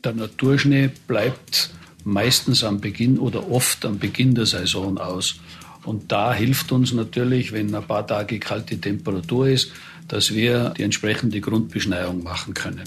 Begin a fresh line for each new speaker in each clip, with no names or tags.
Der Naturschnee bleibt meistens am Beginn oder oft am Beginn der Saison aus. Und da hilft uns natürlich, wenn ein paar Tage kalte Temperatur ist, dass wir die entsprechende Grundbeschneiung machen können.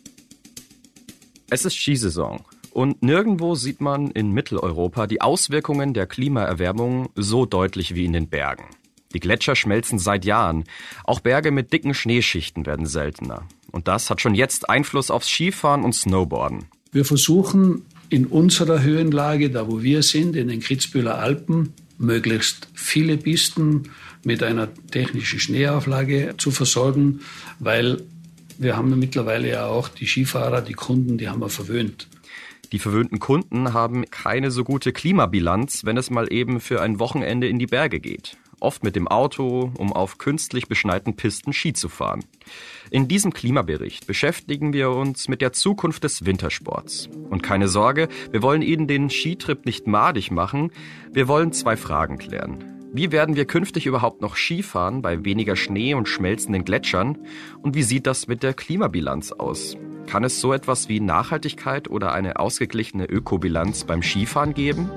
Es ist Skisaison und nirgendwo sieht man in Mitteleuropa die Auswirkungen der Klimaerwärmung so deutlich wie in den Bergen. Die Gletscher schmelzen seit Jahren. Auch Berge mit dicken Schneeschichten werden seltener. Und das hat schon jetzt Einfluss aufs Skifahren und Snowboarden.
Wir versuchen in unserer Höhenlage, da wo wir sind, in den Kitzbüheler Alpen, möglichst viele Pisten mit einer technischen Schneeauflage zu versorgen, weil wir haben mittlerweile ja auch die Skifahrer, die Kunden, die haben wir verwöhnt.
Die verwöhnten Kunden haben keine so gute Klimabilanz, wenn es mal eben für ein Wochenende in die Berge geht. Oft mit dem Auto, um auf künstlich beschneiten Pisten Ski zu fahren. In diesem Klimabericht beschäftigen wir uns mit der Zukunft des Wintersports. Und keine Sorge, wir wollen Ihnen den Skitrip nicht madig machen. Wir wollen 2 Fragen klären. Wie werden wir künftig überhaupt noch Skifahren bei weniger Schnee und schmelzenden Gletschern? Und wie sieht das mit der Klimabilanz aus? Kann es so etwas wie Nachhaltigkeit oder eine ausgeglichene Ökobilanz beim Skifahren geben?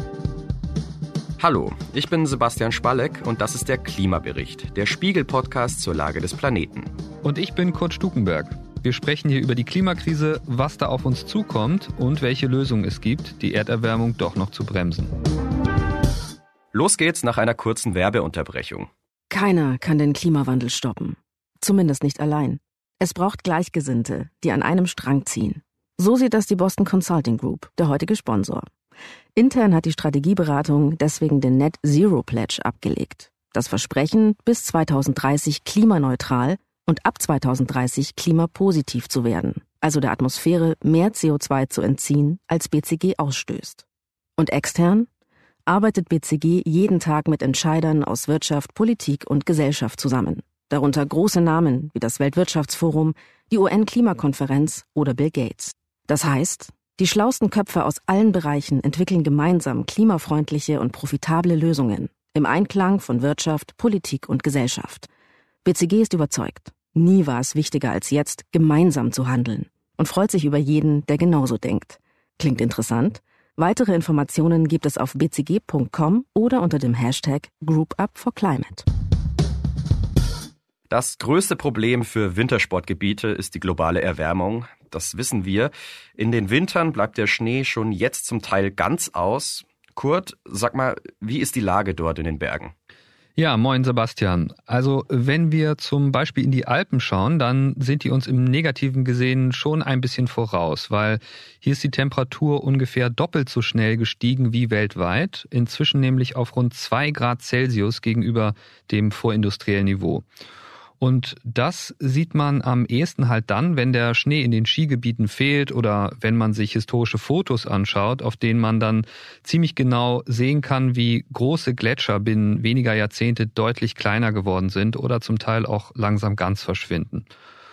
Hallo, ich bin Sebastian Spalleck und das ist der Klimabericht, der Spiegel-Podcast zur Lage des Planeten.
Und ich bin Kurt Stukenberg. Wir sprechen hier über die Klimakrise, was da auf uns zukommt und welche Lösungen es gibt, die Erderwärmung doch noch zu bremsen.
Los geht's nach einer kurzen Werbeunterbrechung.
Keiner kann den Klimawandel stoppen. Zumindest nicht allein. Es braucht Gleichgesinnte, die an einem Strang ziehen. So sieht das die Boston Consulting Group, der heutige Sponsor. Intern hat die Strategieberatung deswegen den Net Zero Pledge abgelegt. Das Versprechen, bis 2030 klimaneutral und ab 2030 klimapositiv zu werden, also der Atmosphäre mehr CO2 zu entziehen, als BCG ausstößt. Und extern arbeitet BCG jeden Tag mit Entscheidern aus Wirtschaft, Politik und Gesellschaft zusammen. Darunter große Namen wie das Weltwirtschaftsforum, die UN-Klimakonferenz oder Bill Gates. Das heißt, die schlauesten Köpfe aus allen Bereichen entwickeln gemeinsam klimafreundliche und profitable Lösungen im Einklang von Wirtschaft, Politik und Gesellschaft. BCG ist überzeugt, nie war es wichtiger als jetzt, gemeinsam zu handeln und freut sich über jeden, der genauso denkt. Klingt interessant? Weitere Informationen gibt es auf bcg.com oder unter dem Hashtag GroupUpForClimate.
Das größte Problem für Wintersportgebiete ist die globale Erwärmung. Das wissen wir. In den Wintern bleibt der Schnee schon jetzt zum Teil ganz aus. Kurt, sag mal, wie ist die Lage dort in den Bergen?
Ja, moin Sebastian. Also wenn wir zum Beispiel in die Alpen schauen, dann sind die uns im Negativen gesehen schon ein bisschen voraus, weil hier ist die Temperatur ungefähr doppelt so schnell gestiegen wie weltweit, inzwischen nämlich auf rund 2 Grad Celsius gegenüber dem vorindustriellen Niveau. Und das sieht man am ehesten halt dann, wenn der Schnee in den Skigebieten fehlt oder wenn man sich historische Fotos anschaut, auf denen man dann ziemlich genau sehen kann, wie große Gletscher binnen weniger Jahrzehnte deutlich kleiner geworden sind oder zum Teil auch langsam ganz verschwinden.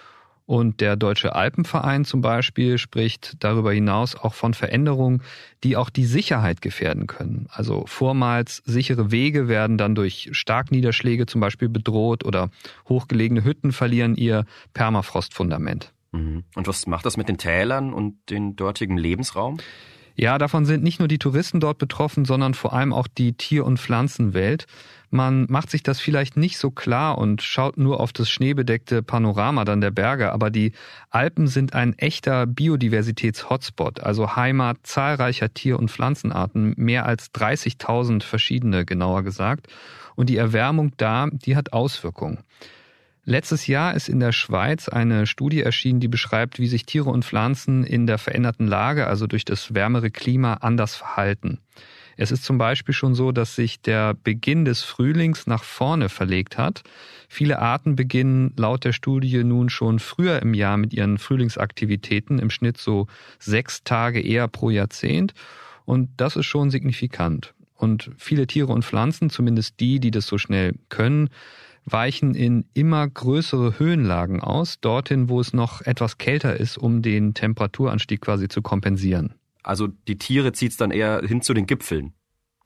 Und der Deutsche Alpenverein zum Beispiel spricht darüber hinaus auch von Veränderungen, die auch die Sicherheit gefährden können. Also vormals sichere Wege werden dann durch Starkniederschläge zum Beispiel bedroht oder hochgelegene Hütten verlieren ihr Permafrostfundament.
Und was macht das mit den Tälern und den dortigen Lebensraum?
Ja, davon sind nicht nur die Touristen dort betroffen, sondern vor allem auch die Tier- und Pflanzenwelt. Man macht sich das vielleicht nicht so klar und schaut nur auf das schneebedeckte Panorama dann der Berge, aber die Alpen sind ein echter Biodiversitäts-Hotspot, also Heimat zahlreicher Tier- und Pflanzenarten, mehr als 30.000 verschiedene, genauer gesagt. Und die Erwärmung da, die hat Auswirkungen. Letztes Jahr ist in der Schweiz eine Studie erschienen, die beschreibt, wie sich Tiere und Pflanzen in der veränderten Lage, also durch das wärmere Klima, anders verhalten. Es ist zum Beispiel schon so, dass sich der Beginn des Frühlings nach vorne verlegt hat. Viele Arten beginnen laut der Studie nun schon früher im Jahr mit ihren Frühlingsaktivitäten, im Schnitt so 6 Tage eher pro Jahrzehnt. Und das ist schon signifikant. Und viele Tiere und Pflanzen, zumindest die das so schnell können, weichen in immer größere Höhenlagen aus, dorthin, wo es noch etwas kälter ist, um den Temperaturanstieg quasi zu kompensieren.
Also die Tiere zieht's dann eher hin zu den Gipfeln?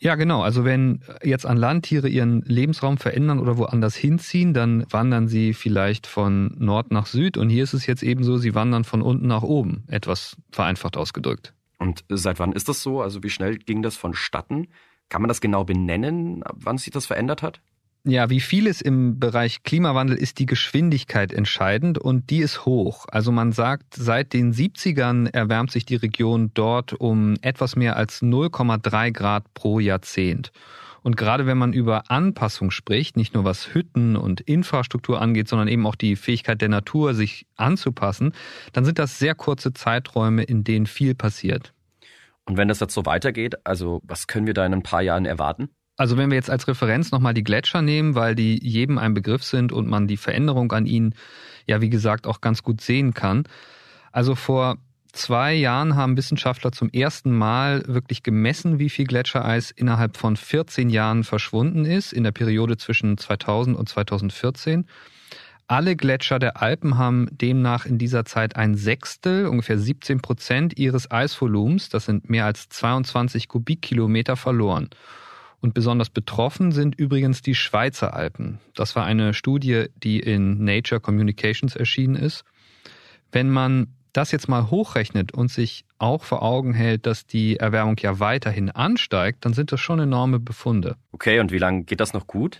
Ja, genau. Also wenn jetzt an Land Tiere ihren Lebensraum verändern oder woanders hinziehen, dann wandern sie vielleicht von Nord nach Süd. Und hier ist es jetzt eben so, sie wandern von unten nach oben, etwas vereinfacht ausgedrückt.
Und seit wann ist das so? Also wie schnell ging das vonstatten? Kann man das genau benennen, ab wann sich das verändert hat?
Ja, wie vieles im Bereich Klimawandel ist die Geschwindigkeit entscheidend und die ist hoch. Also man sagt, seit den 70ern erwärmt sich die Region dort um etwas mehr als 0,3 Grad pro Jahrzehnt. Und gerade wenn man über Anpassung spricht, nicht nur was Hütten und Infrastruktur angeht, sondern eben auch die Fähigkeit der Natur, sich anzupassen, dann sind das sehr kurze Zeiträume, in denen viel passiert.
Und wenn das jetzt so weitergeht, also was können wir da in ein paar Jahren erwarten?
Also wenn wir jetzt als Referenz nochmal die Gletscher nehmen, weil die jedem ein Begriff sind und man die Veränderung an ihnen ja wie gesagt auch ganz gut sehen kann. Also vor 2 Jahren haben Wissenschaftler zum ersten Mal wirklich gemessen, wie viel Gletschereis innerhalb von 14 Jahren verschwunden ist, in der Periode zwischen 2000 und 2014. Alle Gletscher der Alpen haben demnach in dieser Zeit 1/6, ungefähr 17% ihres Eisvolumens, das sind mehr als 22 Kubikkilometer, verloren. Und besonders betroffen sind übrigens die Schweizer Alpen. Das war eine Studie, die in Nature Communications erschienen ist. Wenn man das jetzt mal hochrechnet und sich auch vor Augen hält, dass die Erwärmung ja weiterhin ansteigt, dann sind das schon enorme Befunde.
Okay, und wie lange geht das noch gut?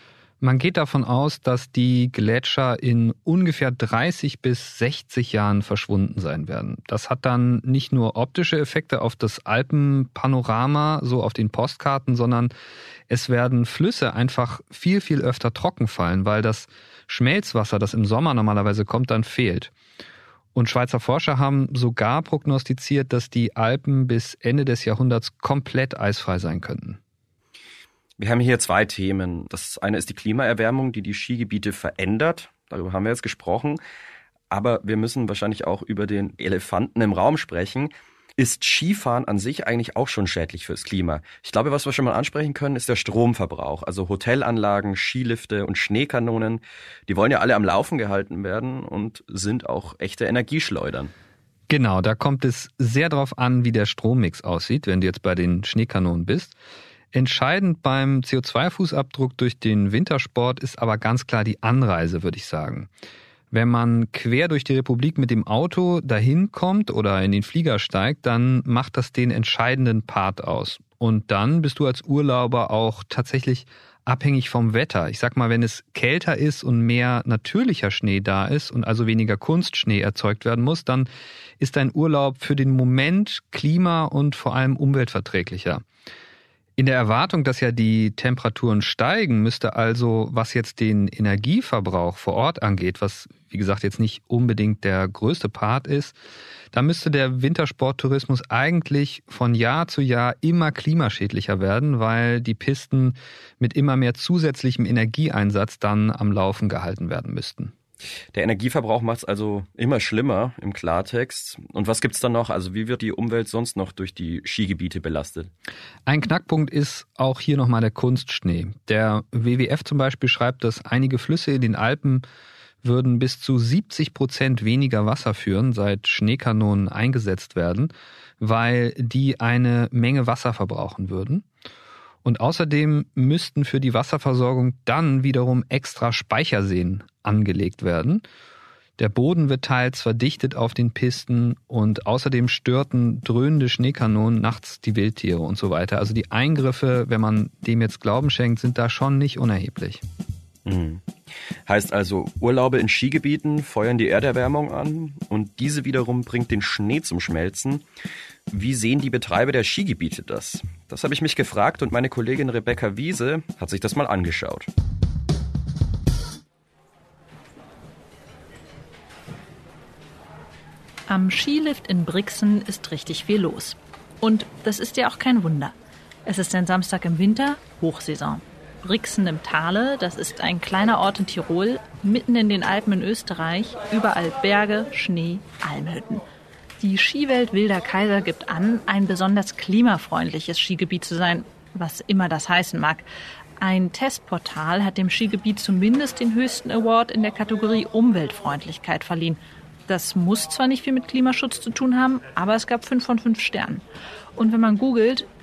Man geht davon aus, dass die Gletscher in ungefähr 30 bis 60 Jahren verschwunden sein werden. Das hat dann nicht nur optische Effekte auf das Alpenpanorama, so auf den Postkarten, sondern es werden Flüsse einfach viel, viel öfter trocken fallen, weil das Schmelzwasser, das im Sommer normalerweise kommt, dann fehlt. Und Schweizer Forscher haben sogar prognostiziert, dass die Alpen bis Ende des Jahrhunderts komplett eisfrei sein könnten.
Wir haben hier 2 Themen. Das eine ist die Klimaerwärmung, die die Skigebiete verändert. Darüber haben wir jetzt gesprochen. Aber wir müssen wahrscheinlich auch über den Elefanten im Raum sprechen. Ist Skifahren an sich eigentlich auch schon schädlich fürs Klima? Ich glaube, was wir schon mal ansprechen können, ist der Stromverbrauch. Also Hotelanlagen, Skilifte und Schneekanonen, die wollen ja alle am Laufen gehalten werden und sind auch echte Energieschleudern.
Genau, da kommt es sehr drauf an, wie der Strommix aussieht, wenn du jetzt bei den Schneekanonen bist. Entscheidend beim CO2-Fußabdruck durch den Wintersport ist aber ganz klar die Anreise, würde ich sagen. Wenn man quer durch die Republik mit dem Auto dahin kommt oder in den Flieger steigt, dann macht das den entscheidenden Part aus. Und dann bist du als Urlauber auch tatsächlich abhängig vom Wetter. Ich sag mal, wenn es kälter ist und mehr natürlicher Schnee da ist und also weniger Kunstschnee erzeugt werden muss, dann ist dein Urlaub für den Moment klima- und vor allem umweltverträglicher. In der Erwartung, dass ja die Temperaturen steigen, müsste also, was jetzt den Energieverbrauch vor Ort angeht, was wie gesagt jetzt nicht unbedingt der größte Part ist, da müsste der Wintersporttourismus eigentlich von Jahr zu Jahr immer klimaschädlicher werden, weil die Pisten mit immer mehr zusätzlichem Energieeinsatz dann am Laufen gehalten werden müssten.
Der Energieverbrauch macht es also immer schlimmer im Klartext. Und was gibt's dann noch? Also wie wird die Umwelt sonst noch durch die Skigebiete belastet?
Ein Knackpunkt ist auch hier nochmal der Kunstschnee. Der WWF zum Beispiel schreibt, dass einige Flüsse in den Alpen würden bis zu 70% weniger Wasser führen, seit Schneekanonen eingesetzt werden, weil die eine Menge Wasser verbrauchen würden. Und außerdem müssten für die Wasserversorgung dann wiederum extra Speicherseen angelegt werden. Der Boden wird teils verdichtet auf den Pisten und außerdem störten dröhnende Schneekanonen nachts die Wildtiere und so weiter. Also die Eingriffe, wenn man dem jetzt Glauben schenkt, sind da schon nicht unerheblich.
Mhm. Heißt also, Urlaube in Skigebieten feuern die Erderwärmung an und diese wiederum bringt den Schnee zum Schmelzen. Wie sehen die Betreiber der Skigebiete das? Das habe ich mich gefragt und meine Kollegin Rebecca Wiese hat sich das mal angeschaut.
Am Skilift in Brixen ist richtig viel los. Und das ist ja auch kein Wunder. Es ist ein Samstag im Winter, Hochsaison. Brixen im Thale, das ist ein kleiner Ort in Tirol, mitten in den Alpen in Österreich, überall Berge, Schnee, Almhütten. Die Skiwelt Wilder Kaiser gibt an, ein besonders klimafreundliches Skigebiet zu sein, was immer das heißen mag. Ein Testportal hat dem Skigebiet zumindest den höchsten Award in der Kategorie Umweltfreundlichkeit verliehen. Das muss zwar nicht viel mit Klimaschutz zu tun haben, aber es gab 5 von 5 Sternen. Und wenn man googelt,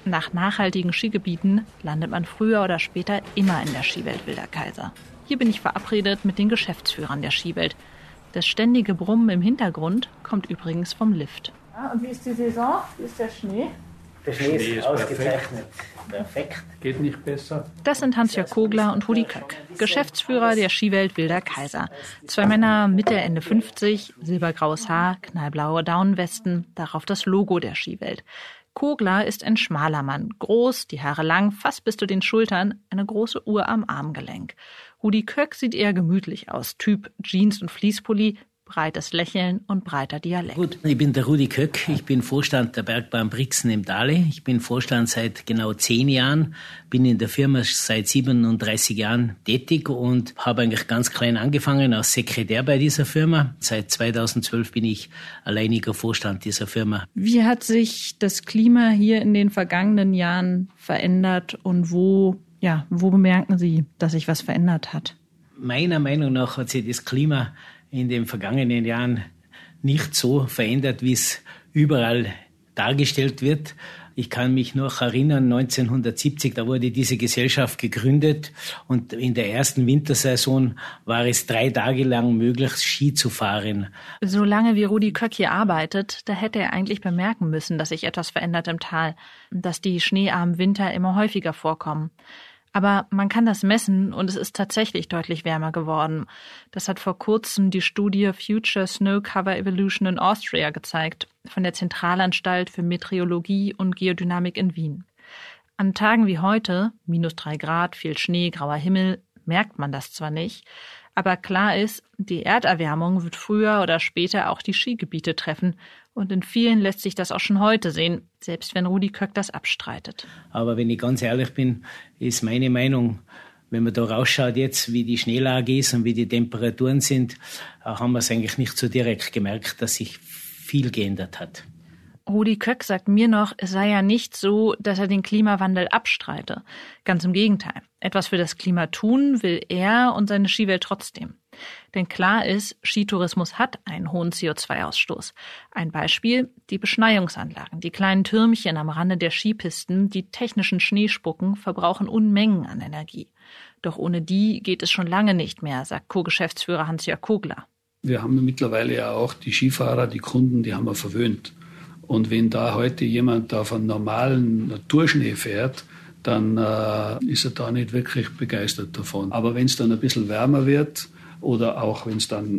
Nach nachhaltigen Skigebieten landet man früher oder später immer in der Skiwelt Wilder Kaiser. Hier bin ich verabredet mit den Geschäftsführern der Skiwelt. Das ständige Brummen im Hintergrund kommt übrigens vom Lift.
Ja, und wie ist die Saison? Wie ist der Schnee?
Der Schnee ist ausgezeichnet. Perfekt.
Geht nicht besser.
Das sind Hans-Jörg Kogler und Rudi Köck, Geschäftsführer der Skiwelt Wilder Kaiser. 2 Männer Mitte, Ende 50, silbergraues Haar, knallblaue Daunenwesten, darauf das Logo der Skiwelt. Kogler ist ein schmaler Mann, groß, die Haare lang, fast bis zu den Schultern, eine große Uhr am Armgelenk. Rudi Köck sieht eher gemütlich aus, Typ Jeans und Fließpulli, breites Lächeln und breiter Dialekt.
Gut, ich bin der Rudi Köck, ich bin Vorstand der Bergbahn Brixen im Thale. Ich bin Vorstand seit genau 10 Jahren, bin in der Firma seit 37 Jahren tätig und habe eigentlich ganz klein angefangen als Sekretär bei dieser Firma. Seit 2012 bin ich alleiniger Vorstand dieser Firma.
Wie hat sich das Klima hier in den vergangenen Jahren verändert und wo bemerken Sie, dass sich was verändert hat?
Meiner Meinung nach hat sich das Klima in den vergangenen Jahren nicht so verändert, wie es überall dargestellt wird. Ich kann mich noch erinnern, 1970, da wurde diese Gesellschaft gegründet und in der ersten Wintersaison war es 3 Tage lang möglich, Ski zu fahren.
Solange wie Rudi Köck hier arbeitet, da hätte er eigentlich bemerken müssen, dass sich etwas verändert im Tal, dass die schneearmen Winter immer häufiger vorkommen. Aber man kann das messen und es ist tatsächlich deutlich wärmer geworden. Das hat vor kurzem die Studie Future Snow Cover Evolution in Austria gezeigt, von der Zentralanstalt für Meteorologie und Geodynamik in Wien. An Tagen wie heute, -3 Grad, viel Schnee, grauer Himmel, merkt man das zwar nicht, aber klar ist, die Erderwärmung wird früher oder später auch die Skigebiete treffen. Und in vielen lässt sich das auch schon heute sehen, selbst wenn Rudi Köck das abstreitet.
Aber wenn ich ganz ehrlich bin, ist meine Meinung, wenn man da rausschaut jetzt, wie die Schneelage ist und wie die Temperaturen sind, haben wir es eigentlich nicht so direkt gemerkt, dass sich viel geändert hat.
Rudi Köck sagt mir noch, es sei ja nicht so, dass er den Klimawandel abstreite. Ganz im Gegenteil. Etwas für das Klima tun will er und seine Skiwelt trotzdem. Denn klar ist, Skitourismus hat einen hohen CO2-Ausstoß. Ein Beispiel, die Beschneiungsanlagen, die kleinen Türmchen am Rande der Skipisten, die technischen Schneespucken, verbrauchen Unmengen an Energie. Doch ohne die geht es schon lange nicht mehr, sagt Co-Geschäftsführer Hans-Jörg Kogler.
Wir haben mittlerweile ja auch die Skifahrer, die Kunden, die haben wir verwöhnt. Und wenn da heute jemand auf einen normalen Naturschnee fährt, dann ist er da nicht wirklich begeistert davon. Aber wenn es dann ein bisschen wärmer wird oder auch wenn es dann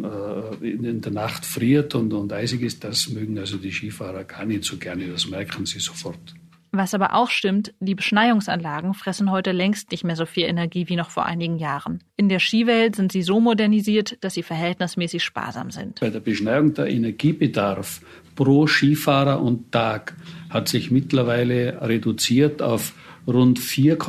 in der Nacht friert und eisig ist, das mögen also die Skifahrer gar nicht so gerne, das merken sie sofort.
Was aber auch stimmt, die Beschneiungsanlagen fressen heute längst nicht mehr so viel Energie wie noch vor einigen Jahren. In der Skiwelt sind sie so modernisiert, dass sie verhältnismäßig sparsam sind.
Bei der Beschneiung der Energiebedarf pro Skifahrer und Tag hat sich mittlerweile reduziert auf rund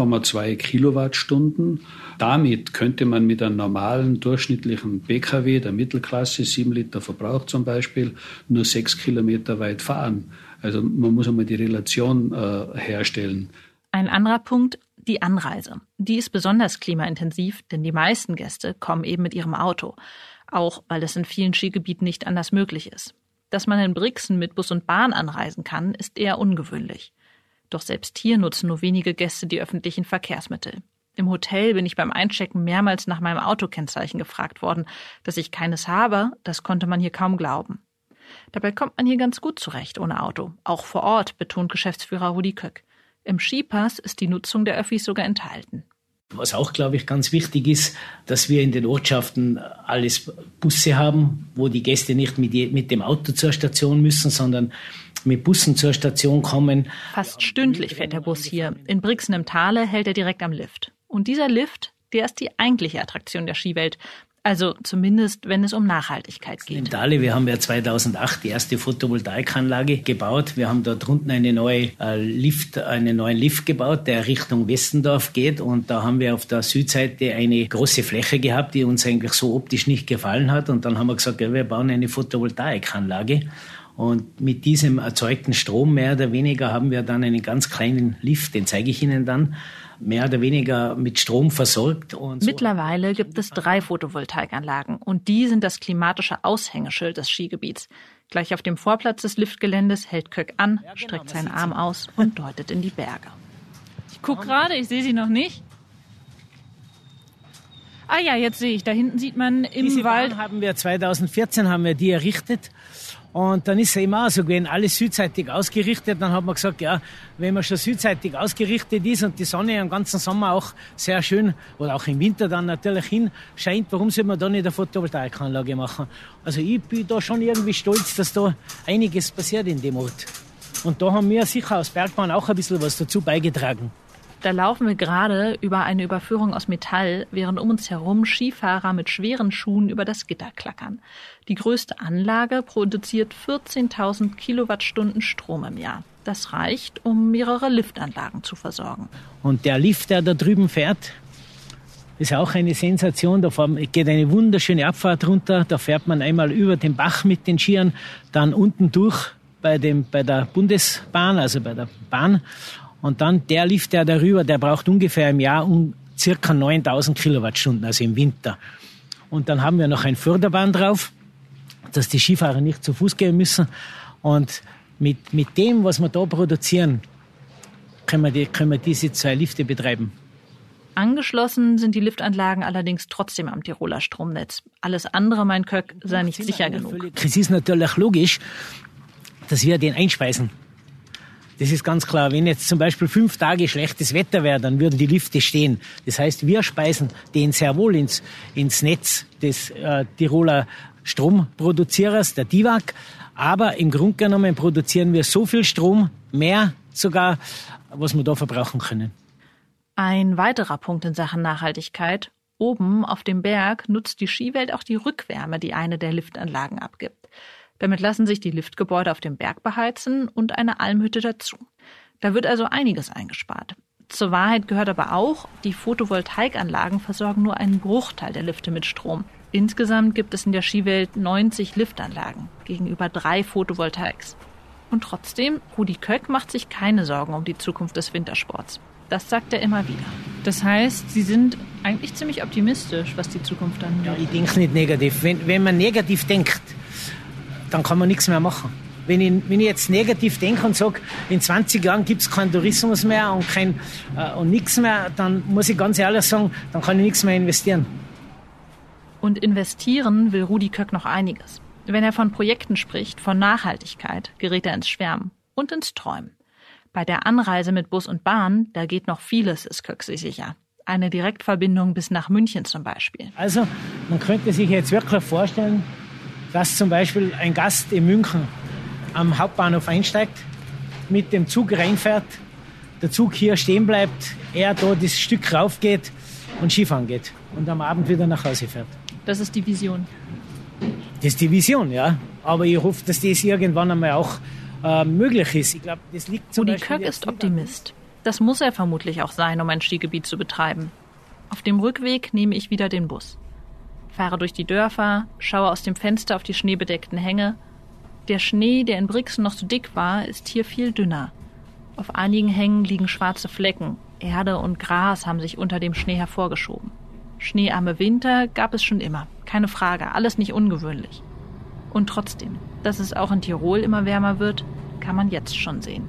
4,2 Kilowattstunden. Damit könnte man mit einem normalen durchschnittlichen PKW der Mittelklasse, 7 Liter Verbrauch zum Beispiel, nur 6 Kilometer weit fahren. Also man muss einmal die Relation herstellen.
Ein anderer Punkt, die Anreise. Die ist besonders klimaintensiv, denn die meisten Gäste kommen eben mit ihrem Auto. Auch weil es in vielen Skigebieten nicht anders möglich ist. Dass man in Brixen mit Bus und Bahn anreisen kann, ist eher ungewöhnlich. Doch selbst hier nutzen nur wenige Gäste die öffentlichen Verkehrsmittel. Im Hotel bin ich beim Einchecken mehrmals nach meinem Autokennzeichen gefragt worden. Dass ich keines habe, das konnte man hier kaum glauben. Dabei kommt man hier ganz gut zurecht ohne Auto. Auch vor Ort, betont Geschäftsführer Rudi Köck. Im Skipass ist die Nutzung der Öffis sogar enthalten.
Was auch, glaube ich, ganz wichtig ist, dass wir in den Ortschaften alles Busse haben, wo die Gäste nicht mit dem Auto zur Station müssen, sondern mit Bussen zur Station kommen.
Fast stündlich fährt der Bus hier. In Brixen im Thale hält er direkt am Lift. Und dieser Lift, der ist die eigentliche Attraktion der Skiwelt. Also zumindest, wenn es um Nachhaltigkeit geht.
Im Thale, wir haben ja 2008 die erste Photovoltaikanlage gebaut. Wir haben dort unten einen neuen Lift gebaut, der Richtung Westendorf geht. Und da haben wir auf der Südseite eine große Fläche gehabt, die uns eigentlich so optisch nicht gefallen hat. Und dann haben wir gesagt, ja, wir bauen eine Photovoltaikanlage. Und mit diesem erzeugten Strom mehr oder weniger haben wir dann einen ganz kleinen Lift, den zeige ich Ihnen dann, mehr oder weniger mit Strom versorgt. Und
mittlerweile gibt es 3 Photovoltaikanlagen und die sind das klimatische Aushängeschild des Skigebiets. Gleich auf dem Vorplatz des Liftgeländes hält Köck an, streckt seinen Arm aus und deutet in die Berge.
Ich gucke gerade, ich sehe sie noch nicht. Ah ja, jetzt sehe ich, da hinten sieht man im
Diese
Wald.
Bahn haben wir 2014 die errichtet. Und dann ist es eben auch so gewesen, alles südseitig ausgerichtet. Dann hat man gesagt, ja, wenn man schon südseitig ausgerichtet ist und die Sonne den ganzen Sommer auch sehr schön oder auch im Winter dann natürlich hin scheint, warum soll man da nicht eine Photovoltaikanlage machen? Also ich bin da schon irgendwie stolz, dass da einiges passiert in dem Ort. Und da haben wir sicher als Bergbahn auch ein bisschen was dazu beigetragen.
Da laufen wir gerade über eine Überführung aus Metall, während um uns herum Skifahrer mit schweren Schuhen über das Gitter klackern. Die größte Anlage produziert 14.000 Kilowattstunden Strom im Jahr. Das reicht, um mehrere Liftanlagen zu versorgen.
Und der Lift, der da drüben fährt, ist auch eine Sensation. Da geht eine wunderschöne Abfahrt runter. Da fährt man einmal über den Bach mit den Skiern, dann unten durch bei der Bundesbahn, also bei der Bahn. Und dann der Lift, der darüber, der braucht ungefähr im Jahr circa 9.000 Kilowattstunden, also im Winter. Und dann haben wir noch ein Förderband drauf, dass die Skifahrer nicht zu Fuß gehen müssen. Und mit dem, was wir da produzieren, können wir diese 2 Lifte betreiben.
Angeschlossen sind die Liftanlagen allerdings trotzdem am Tiroler Stromnetz. Alles andere, meint Köck, sei nicht sicher genug.
Es ist natürlich logisch, dass wir den einspeisen. Das ist ganz klar. Wenn jetzt zum Beispiel 5 Tage schlechtes Wetter wäre, dann würden die Lifte stehen. Das heißt, wir speisen den sehr wohl ins Netz des Tiroler Stromproduzierers, der DIVAG. Aber im Grunde genommen produzieren wir so viel Strom, mehr sogar, was wir da verbrauchen können.
Ein weiterer Punkt in Sachen Nachhaltigkeit. Oben auf dem Berg nutzt die Skiwelt auch die Rückwärme, die eine der Liftanlagen abgibt. Damit lassen sich die Liftgebäude auf dem Berg beheizen und eine Almhütte dazu. Da wird also einiges eingespart. Zur Wahrheit gehört aber auch, die Photovoltaikanlagen versorgen nur einen Bruchteil der Lifte mit Strom. Insgesamt gibt es in der Skiwelt 90 Liftanlagen gegenüber 3 Photovoltaiks. Und trotzdem, Rudi Köck macht sich keine Sorgen um die Zukunft des Wintersports. Das sagt er immer wieder.
Das heißt, Sie sind eigentlich ziemlich optimistisch, was die Zukunft angeht.
Ja, ich denke nicht negativ. Wenn man negativ denkt, dann kann man nichts mehr machen. Wenn ich jetzt negativ denke und sage, in 20 Jahren gibt es keinen Tourismus mehr und nichts mehr, dann muss ich ganz ehrlich sagen, dann kann ich nichts mehr investieren.
Und investieren will Rudi Köck noch einiges. Wenn er von Projekten spricht, von Nachhaltigkeit, gerät er ins Schwärmen und ins Träumen. Bei der Anreise mit Bus und Bahn, da geht noch vieles, ist Köck sich sicher. Eine Direktverbindung bis nach München zum Beispiel.
Also, man könnte sich jetzt wirklich vorstellen, dass zum Beispiel ein Gast in München am Hauptbahnhof einsteigt, mit dem Zug reinfährt, der Zug hier stehen bleibt, er da das Stück raufgeht und Skifahren geht und am Abend wieder nach Hause fährt.
Das ist die Vision.
Das ist die Vision, ja. Aber ich hoffe, dass das irgendwann einmal auch möglich ist. Ich glaube, das liegt zum
Rudi Köck ist Optimist. Das muss er vermutlich auch sein, um ein Skigebiet zu betreiben. Auf dem Rückweg nehme ich wieder den Bus. Fahre durch die Dörfer, schaue aus dem Fenster auf die schneebedeckten Hänge. Der Schnee, der in Brixen noch so dick war, ist hier viel dünner. Auf einigen Hängen liegen schwarze Flecken. Erde und Gras haben sich unter dem Schnee hervorgeschoben. Schneearme Winter gab es schon immer. Keine Frage, alles nicht ungewöhnlich. Und trotzdem, dass es auch in Tirol immer wärmer wird, kann man jetzt schon sehen.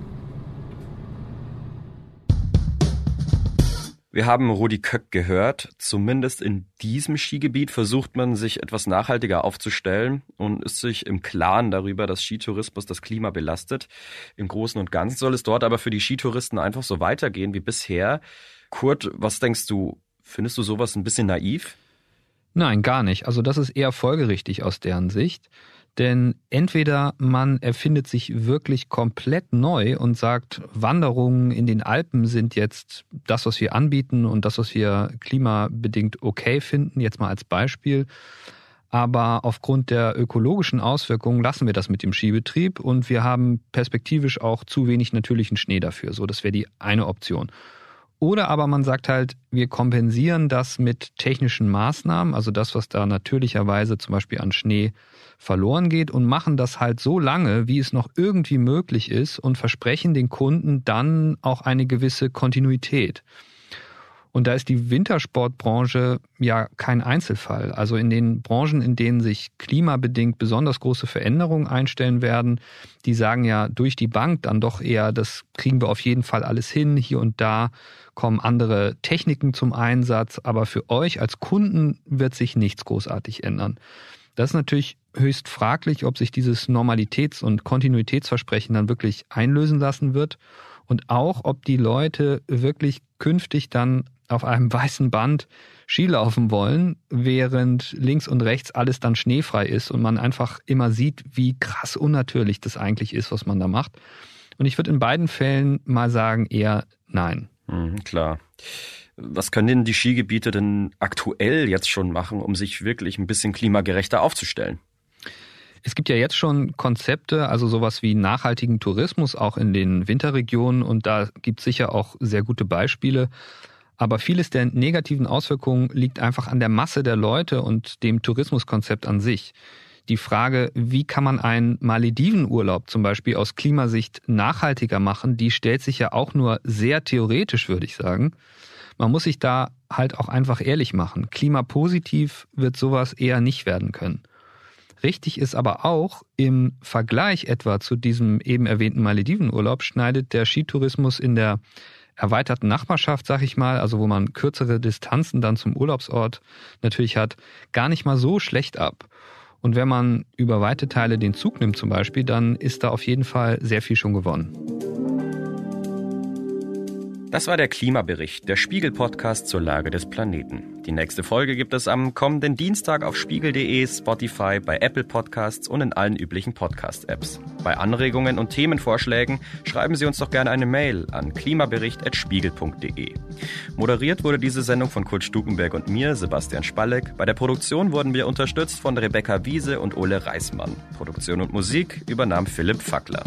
Wir haben Rudi Köck gehört. Zumindest in diesem Skigebiet versucht man, sich etwas nachhaltiger aufzustellen und ist sich im Klaren darüber, dass Skitourismus das Klima belastet. Im Großen und Ganzen soll es dort aber für die Skitouristen einfach so weitergehen wie bisher. Kurt, was denkst du? Findest du sowas ein bisschen naiv?
Nein, gar nicht. Also das ist eher folgerichtig aus deren Sicht. Denn entweder man erfindet sich wirklich komplett neu und sagt, Wanderungen in den Alpen sind jetzt das, was wir anbieten und das, was wir klimabedingt okay finden, jetzt mal als Beispiel. Aber aufgrund der ökologischen Auswirkungen lassen wir das mit dem Skibetrieb und wir haben perspektivisch auch zu wenig natürlichen Schnee dafür. So, das wäre die eine Option. Oder aber man sagt halt, wir kompensieren das mit technischen Maßnahmen, also das, was da natürlicherweise zum Beispiel an Schnee verloren geht und machen das halt so lange, wie es noch irgendwie möglich ist und versprechen den Kunden dann auch eine gewisse Kontinuität. Und da ist die Wintersportbranche ja kein Einzelfall. Also in den Branchen, in denen sich klimabedingt besonders große Veränderungen einstellen werden, die sagen ja durch die Bank dann doch eher, das kriegen wir auf jeden Fall alles hin. Hier und da kommen andere Techniken zum Einsatz. Aber für euch als Kunden wird sich nichts großartig ändern. Das ist natürlich höchst fraglich, ob sich dieses Normalitäts- und Kontinuitätsversprechen dann wirklich einlösen lassen wird. Und auch, ob die Leute wirklich künftig dann auf einem weißen Band Ski laufen wollen, während links und rechts alles dann schneefrei ist und man einfach immer sieht, wie krass unnatürlich das eigentlich ist, was man da macht. Und ich würde in beiden Fällen mal sagen, eher nein.
Klar. Was können denn die Skigebiete denn aktuell jetzt schon machen, um sich wirklich ein bisschen klimagerechter aufzustellen?
Es gibt ja jetzt schon Konzepte, also sowas wie nachhaltigen Tourismus auch in den Winterregionen und da gibt es sicher auch sehr gute Beispiele. Aber vieles der negativen Auswirkungen liegt einfach an der Masse der Leute und dem Tourismuskonzept an sich. Die Frage, wie kann man einen Maledivenurlaub zum Beispiel aus Klimasicht nachhaltiger machen, die stellt sich ja auch nur sehr theoretisch, würde ich sagen. Man muss sich da halt auch einfach ehrlich machen. Klimapositiv wird sowas eher nicht werden können. Richtig ist aber auch, im Vergleich etwa zu diesem eben erwähnten Maledivenurlaub schneidet der Skitourismus in der erweiterten Nachbarschaft, sag ich mal, also wo man kürzere Distanzen dann zum Urlaubsort natürlich hat, gar nicht mal so schlecht ab. Und wenn man über weite Teile den Zug nimmt zum Beispiel, dann ist da auf jeden Fall sehr viel schon gewonnen.
Das war der Klimabericht, der Spiegel-Podcast zur Lage des Planeten. Die nächste Folge gibt es am kommenden Dienstag auf spiegel.de, Spotify, bei Apple Podcasts und in allen üblichen Podcast-Apps. Bei Anregungen und Themenvorschlägen schreiben Sie uns doch gerne eine Mail an klimabericht@spiegel.de. Moderiert wurde diese Sendung von Kurt Stukenberg und mir, Sebastian Spalleck. Bei der Produktion wurden wir unterstützt von Rebecca Wiese und Ole Reismann. Produktion und Musik übernahm Philipp Fackler.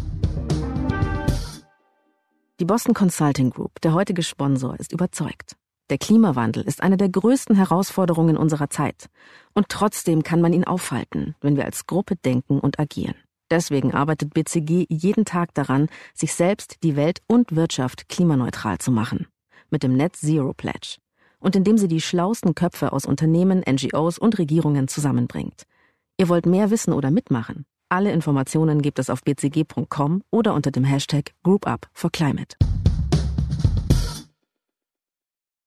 Die Boston Consulting Group, der heutige Sponsor, ist überzeugt. Der Klimawandel ist eine der größten Herausforderungen unserer Zeit. Und trotzdem kann man ihn aufhalten, wenn wir als Gruppe denken und agieren. Deswegen arbeitet BCG jeden Tag daran, sich selbst, die Welt und Wirtschaft klimaneutral zu machen. Mit dem Net Zero Pledge. Und indem sie die schlauesten Köpfe aus Unternehmen, NGOs und Regierungen zusammenbringt. Ihr wollt mehr wissen oder mitmachen? Alle Informationen gibt es auf bcg.com oder unter dem Hashtag GroupUp for Climate.